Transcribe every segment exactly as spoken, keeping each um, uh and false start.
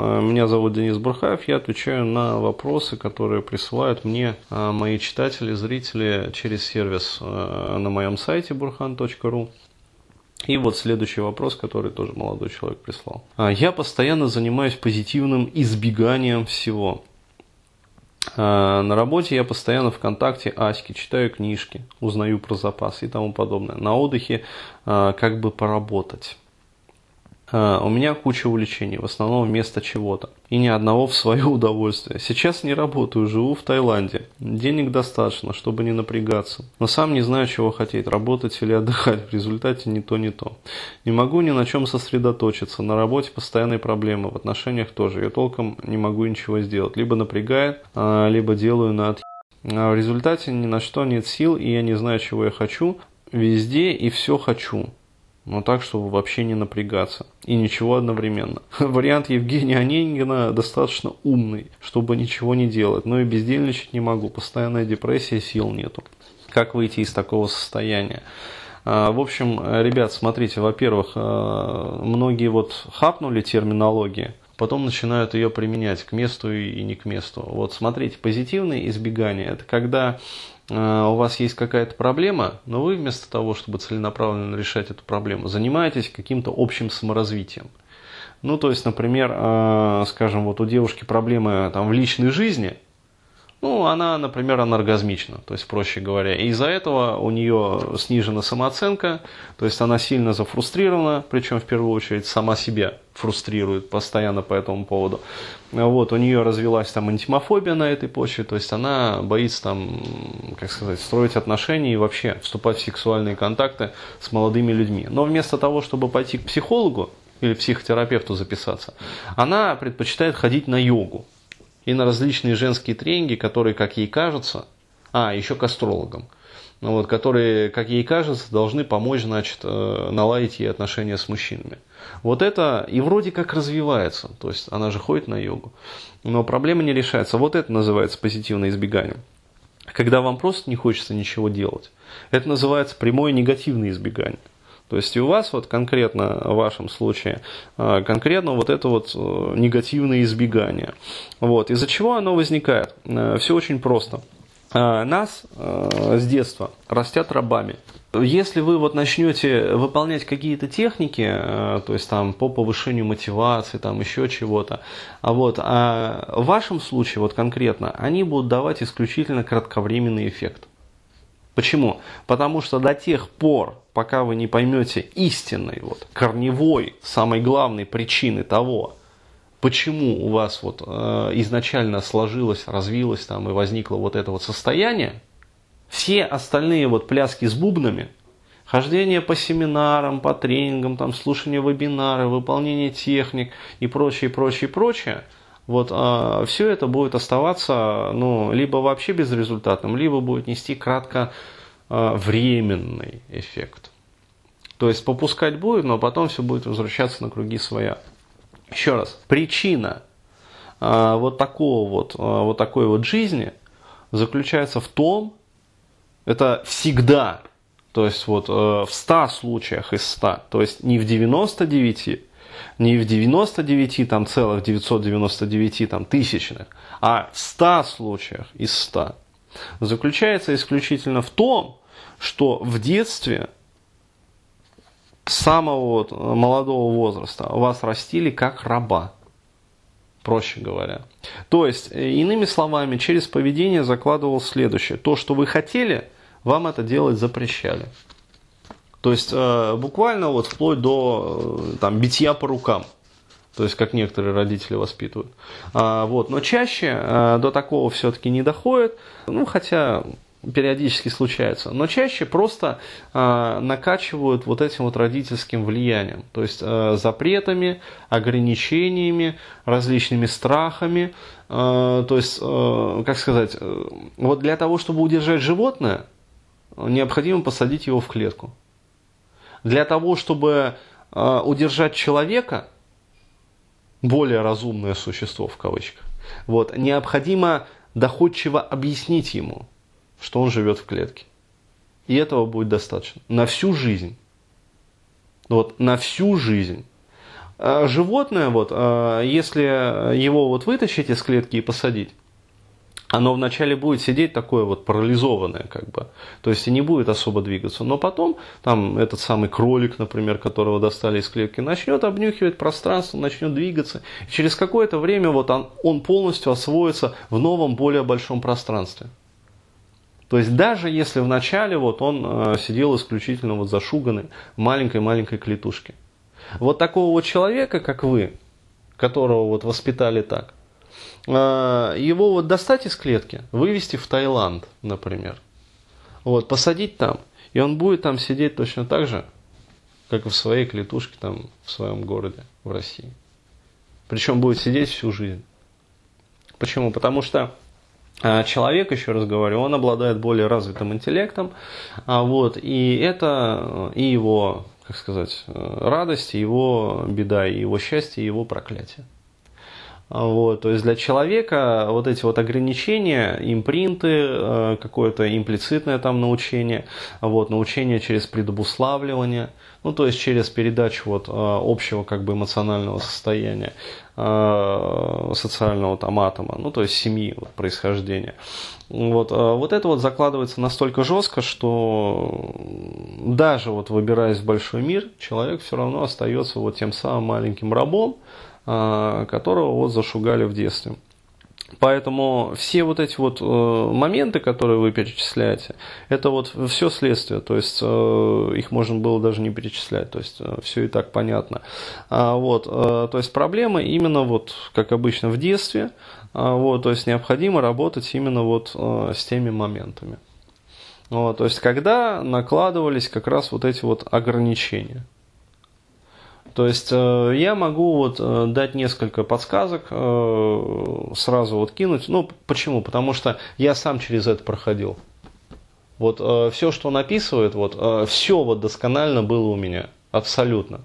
Меня зовут Денис Бурхаев, я отвечаю на вопросы, которые присылают мне мои читатели, зрители через сервис на моем сайте бурхан точка ру. И вот следующий вопрос, который тоже молодой человек прислал. Я постоянно занимаюсь позитивным избеганием всего. На работе я постоянно ВКонтакте, Аське, читаю книжки, узнаю про запас и тому подобное. На отдыхе как бы поработать. У меня куча увлечений, в основном вместо чего-то. И ни одного в свое удовольствие. Сейчас не работаю, живу в Таиланде. Денег достаточно, чтобы не напрягаться. Но сам не знаю, чего хотеть, работать или отдыхать. В результате ни то, ни то. Не могу ни на чем сосредоточиться. На работе постоянные проблемы, в отношениях тоже. Я толком не могу ничего сделать. Либо напрягает, либо делаю на отъеб. В результате ни на что нет сил, и я не знаю, чего я хочу. Везде и все хочу. Но так, чтобы вообще не напрягаться. И ничего одновременно. Вариант Евгения Онегина достаточно умный, чтобы ничего не делать. Но и бездельничать не могу. Постоянная депрессия, сил нету. Как выйти из такого состояния? В общем, ребят, смотрите, во-первых, многие вот хапнули терминологии, потом начинают ее применять к месту и не к месту. Вот смотрите, позитивное избегание – это когда у вас есть какая-то проблема, но вы вместо того, чтобы целенаправленно решать эту проблему, занимаетесь каким-то общим саморазвитием. Ну, то есть, например, скажем, вот у девушки проблемы там, в личной жизни, ну, она, например, аноргазмична, то есть, проще говоря, и из-за этого у нее снижена самооценка, то есть, она сильно зафрустрирована, причем, в первую очередь, сама себя фрустрирует постоянно по этому поводу. Вот, у нее развилась там интимофобия на этой почве, то есть, она боится там, как сказать, строить отношения и вообще вступать в сексуальные контакты с молодыми людьми. Но вместо того, чтобы пойти к психологу или психотерапевту записаться, она предпочитает ходить на йогу. И на различные женские тренинги, которые, как ей кажется, а, еще к астрологам, вот, которые, как ей кажется, должны помочь, значит, наладить ей отношения с мужчинами. Вот это и вроде как развивается, то есть она же ходит на йогу, но проблема не решается. Вот это называется позитивное избегание. Когда вам просто не хочется ничего делать, это называется прямое негативное избегание. То есть и у вас вот конкретно в вашем случае конкретно вот это вот негативное избегание. Вот. Из-за чего оно возникает? Все очень просто. Нас с детства растят рабами. Если вы вот начнете выполнять какие-то техники, то есть там по повышению мотивации, там еще чего-то, а вот а в вашем случае вот конкретно они будут давать исключительно кратковременный эффект. Почему? Потому что до тех пор, пока вы не поймете истинной, вот, корневой, самой главной причины того, почему у вас вот, э, изначально сложилось, развилось там, и возникло вот это вот состояние, все остальные вот пляски с бубнами, хождение по семинарам, по тренингам, там, слушание вебинара, выполнение техник и прочее, прочее, прочее, вот, э, все это будет оставаться, ну, либо вообще безрезультатным, либо будет нести кратковременный эффект. То есть попускать будет, но потом все будет возвращаться на круги своя. Еще раз, причина э, вот, такого вот, э, вот такой вот жизни заключается в том, это всегда, то есть вот, э, в ста случаях из ста, то есть не в девяноста девяти, не в девяноста девяти там, целых девятьсот девяносто девяти там, тысячных, а в ста случаях из ста заключается исключительно в том, что в детстве с самого вот молодого возраста вас растили как раба, проще говоря. То есть, иными словами, через поведение закладывалось следующее. То, что вы хотели, вам это делать запрещали. То есть, буквально вот вплоть до там, битья по рукам. То есть, как некоторые родители воспитывают. Вот. Но чаще до такого все-таки не доходит. Ну, хотя периодически случается. Но чаще просто накачивают вот этим вот родительским влиянием. То есть, запретами, ограничениями, различными страхами. То есть, как сказать, вот для того, чтобы удержать животное, необходимо посадить его в клетку. Для того, чтобы э, удержать человека, более разумное существо в кавычках, вот, необходимо доходчиво объяснить ему, что он живет в клетке. И этого будет достаточно. На всю жизнь. Вот, на всю жизнь. животное, вот, если его вот вытащить из клетки и посадить, оно вначале будет сидеть такое вот парализованное, как бы, то есть и не будет особо двигаться, но потом там этот самый кролик, например, которого достали из клетки, начнет обнюхивать пространство, начнет двигаться, и через какое-то время вот он, он полностью освоится в новом, более большом пространстве. То есть даже если вначале вот он э, сидел исключительно вот зашуганный в маленькой-маленькой клетушке. Вот такого вот человека, как вы, которого вот воспитали так, его вот достать из клетки, вывести в Таиланд, например, вот, посадить там, и он будет там сидеть точно так же, как и в своей клетушке там, в своем городе, в России. Причем будет сидеть всю жизнь. Почему? Потому что человек, еще раз говорю, он обладает более развитым интеллектом, вот, и это и его, как сказать, радость, и его беда, и его счастье, и его проклятие. Вот, то есть для человека вот эти вот ограничения, импринты, какое-то имплицитное там научение, вот, научение через предобуславливание, ну то есть через передачу вот общего как бы эмоционального состояния, социального там атома, ну то есть семьи, вот, происхождения. Вот, вот это вот закладывается настолько жестко, что даже вот выбираясь в большой мир, человек все равно остается вот тем самым маленьким рабом, которого вот зашугали в детстве. Поэтому все вот эти вот моменты, которые вы перечисляете, это вот все следствие, то есть их можно было даже не перечислять, то есть все и так понятно. Вот, то есть проблема именно вот, как обычно в детстве, вот, то есть необходимо работать именно вот с теми моментами. Вот, то есть когда накладывались как раз вот эти вот ограничения. То есть э, я могу вот э, дать несколько подсказок, э, сразу вот кинуть. Ну, почему? Потому что я сам через это проходил. Вот э, все, что он описывает, вот, э, все вот досконально было у меня. Абсолютно.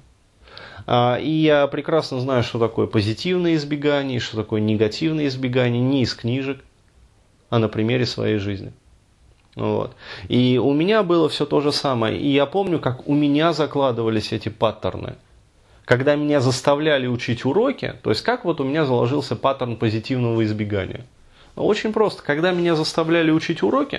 А, и я прекрасно знаю, что такое позитивное избегание, что такое негативное избегание, не из книжек, а на примере своей жизни. Вот. И у меня было все то же самое. И я помню, как у меня закладывались эти паттерны. Когда меня заставляли учить уроки, то есть как вот у меня заложился паттерн позитивного избегания. Очень просто. Когда меня заставляли учить уроки,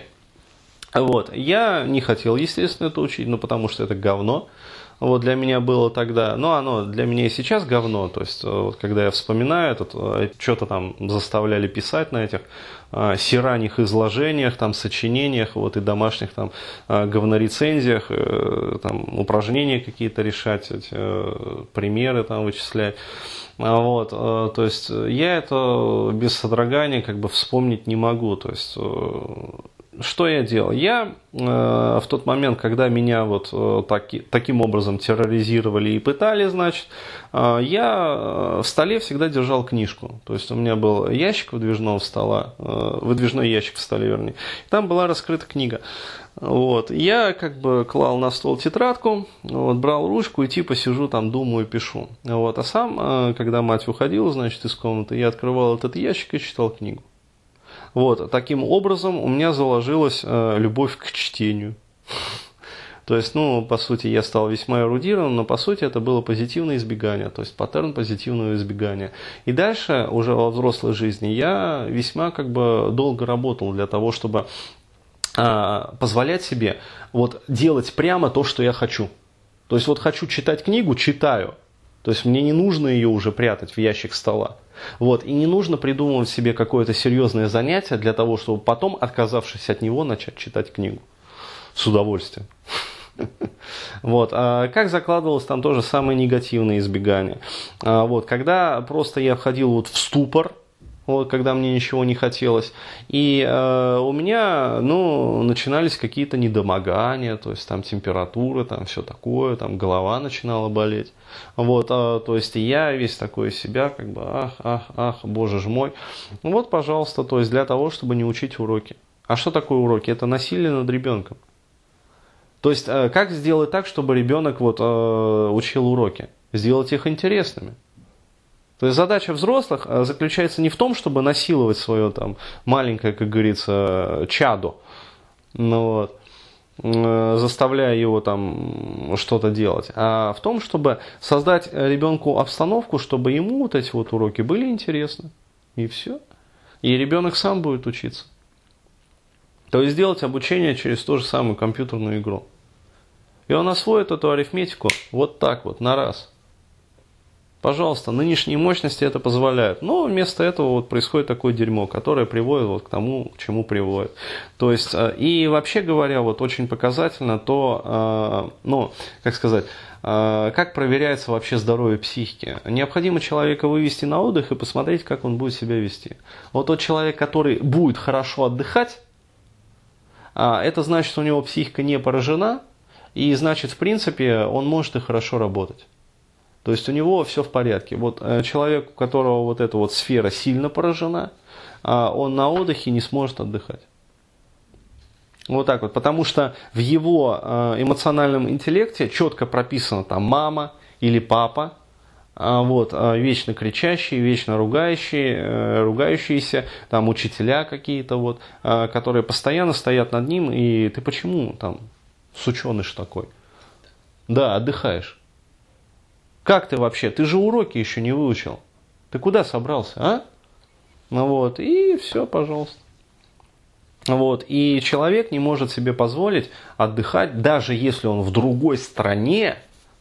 вот, я не хотел, естественно, это учить, ну потому что это говно. Вот для меня было тогда, ну оно для меня и сейчас говно, то есть вот, когда я вспоминаю, это, что-то там заставляли писать на этих э, сираних изложениях, там сочинениях, вот и домашних там э, говнорецензиях, э, там упражнения какие-то решать, эти, э, примеры там вычислять. Вот, э, то есть я это без содрогания как бы вспомнить не могу, то есть э, что я делал? Я э, в тот момент, когда меня вот э, таки, таким образом терроризировали и пытали, значит, э, я в столе всегда держал книжку. То есть у меня был ящик выдвижного стола, э, выдвижной ящик в столе, вернее. И там была раскрыта книга. Вот. Я как бы клал на стол тетрадку, вот, брал ручку и типа сижу там, думаю, пишу. Вот. А сам, э, когда мать уходила, значит, из комнаты, я открывал этот ящик и читал книгу. Вот, таким образом у меня заложилась э, любовь к чтению. То есть, ну, по сути, я стал весьма эрудирован, но по сути это было позитивное избегание, то есть паттерн позитивного избегания. И дальше, уже во взрослой жизни, я весьма как бы долго работал для того, чтобы э, позволять себе вот делать прямо то, что я хочу. То есть, вот хочу читать книгу, читаю. То есть мне не нужно ее уже прятать в ящик стола. Вот. И не нужно придумывать себе какое-то серьезное занятие для того, чтобы потом, отказавшись от него, начать читать книгу. С удовольствием. Вот. А как закладывалось там тоже самое негативное избегание? А вот. Когда просто я входил вот в ступор, вот, когда мне ничего не хотелось. И э, у меня, ну, начинались какие-то недомогания, то есть там температура, там все такое, там голова начинала болеть. Вот, э, то есть я весь такой из себя, как бы, ах, ах, ах, боже ж мой. Ну вот, пожалуйста, то есть для того, чтобы не учить уроки. А что такое уроки? Это насилие над ребенком. То есть, э, как сделать так, чтобы ребенок вот, э, учил уроки? Сделать их интересными. То есть задача взрослых заключается не в том, чтобы насиловать свое там маленькое, как говорится, чадо, ну, вот, заставляя его там что-то делать, а в том, чтобы создать ребенку обстановку, чтобы ему вот эти вот уроки были интересны. И все. И ребенок сам будет учиться. То есть сделать обучение через ту же самую компьютерную игру. И он освоит эту арифметику вот так вот, на раз. Пожалуйста, нынешние мощности это позволяют. Но вместо этого вот происходит такое дерьмо, которое приводит вот к тому, к чему приводит. То есть, и вообще говоря, вот очень показательно то, ну, как сказать, как проверяется вообще здоровье психики. Необходимо человека вывести на отдых и посмотреть, как он будет себя вести. Вот тот человек, который будет хорошо отдыхать, это значит, у него психика не поражена, и значит, в принципе, он может и хорошо работать. То есть у него все в порядке. Вот человек, у которого вот эта вот сфера сильно поражена, он на отдыхе не сможет отдыхать. Вот так вот. Потому что в его эмоциональном интеллекте четко прописано там мама или папа, вот, вечно кричащие, вечно ругающие, ругающиеся, там учителя какие-то, вот, которые постоянно стоят над ним, и ты почему там сученыш такой? Да, отдыхаешь. Как ты вообще? Ты же уроки еще не выучил. Ты куда собрался, а? Ну вот, и все, пожалуйста. Вот, и человек не может себе позволить отдыхать, даже если он в другой стране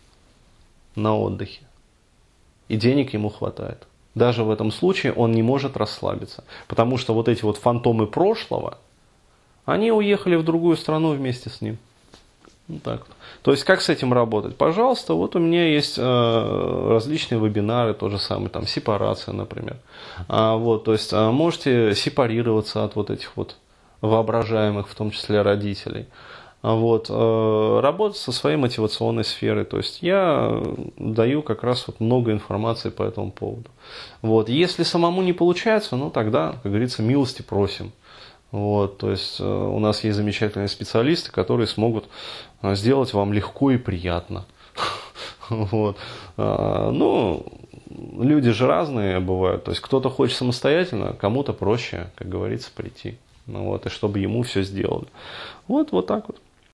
на отдыхе. И денег ему хватает. Даже в этом случае он не может расслабиться. Потому что вот эти вот фантомы прошлого, они уехали в другую страну вместе с ним. Вот так вот. То есть, как с этим работать? Пожалуйста, вот у меня есть э, различные вебинары, то же самое, там, сепарация, например. А, вот, то есть, а, можете сепарироваться от вот этих вот воображаемых, в том числе родителей. А, вот, э, работать со своей мотивационной сферой. То есть, я даю как раз вот много информации по этому поводу. Вот, если самому не получается, ну, тогда, как говорится, милости просим. Вот, то есть у нас есть замечательные специалисты, которые смогут сделать вам легко и приятно. Вот. Ну, люди же разные бывают. То есть кто-то хочет самостоятельно, кому-то проще, как говорится, прийти. Ну, вот, и чтобы ему все сделали. Вот, вот так вот.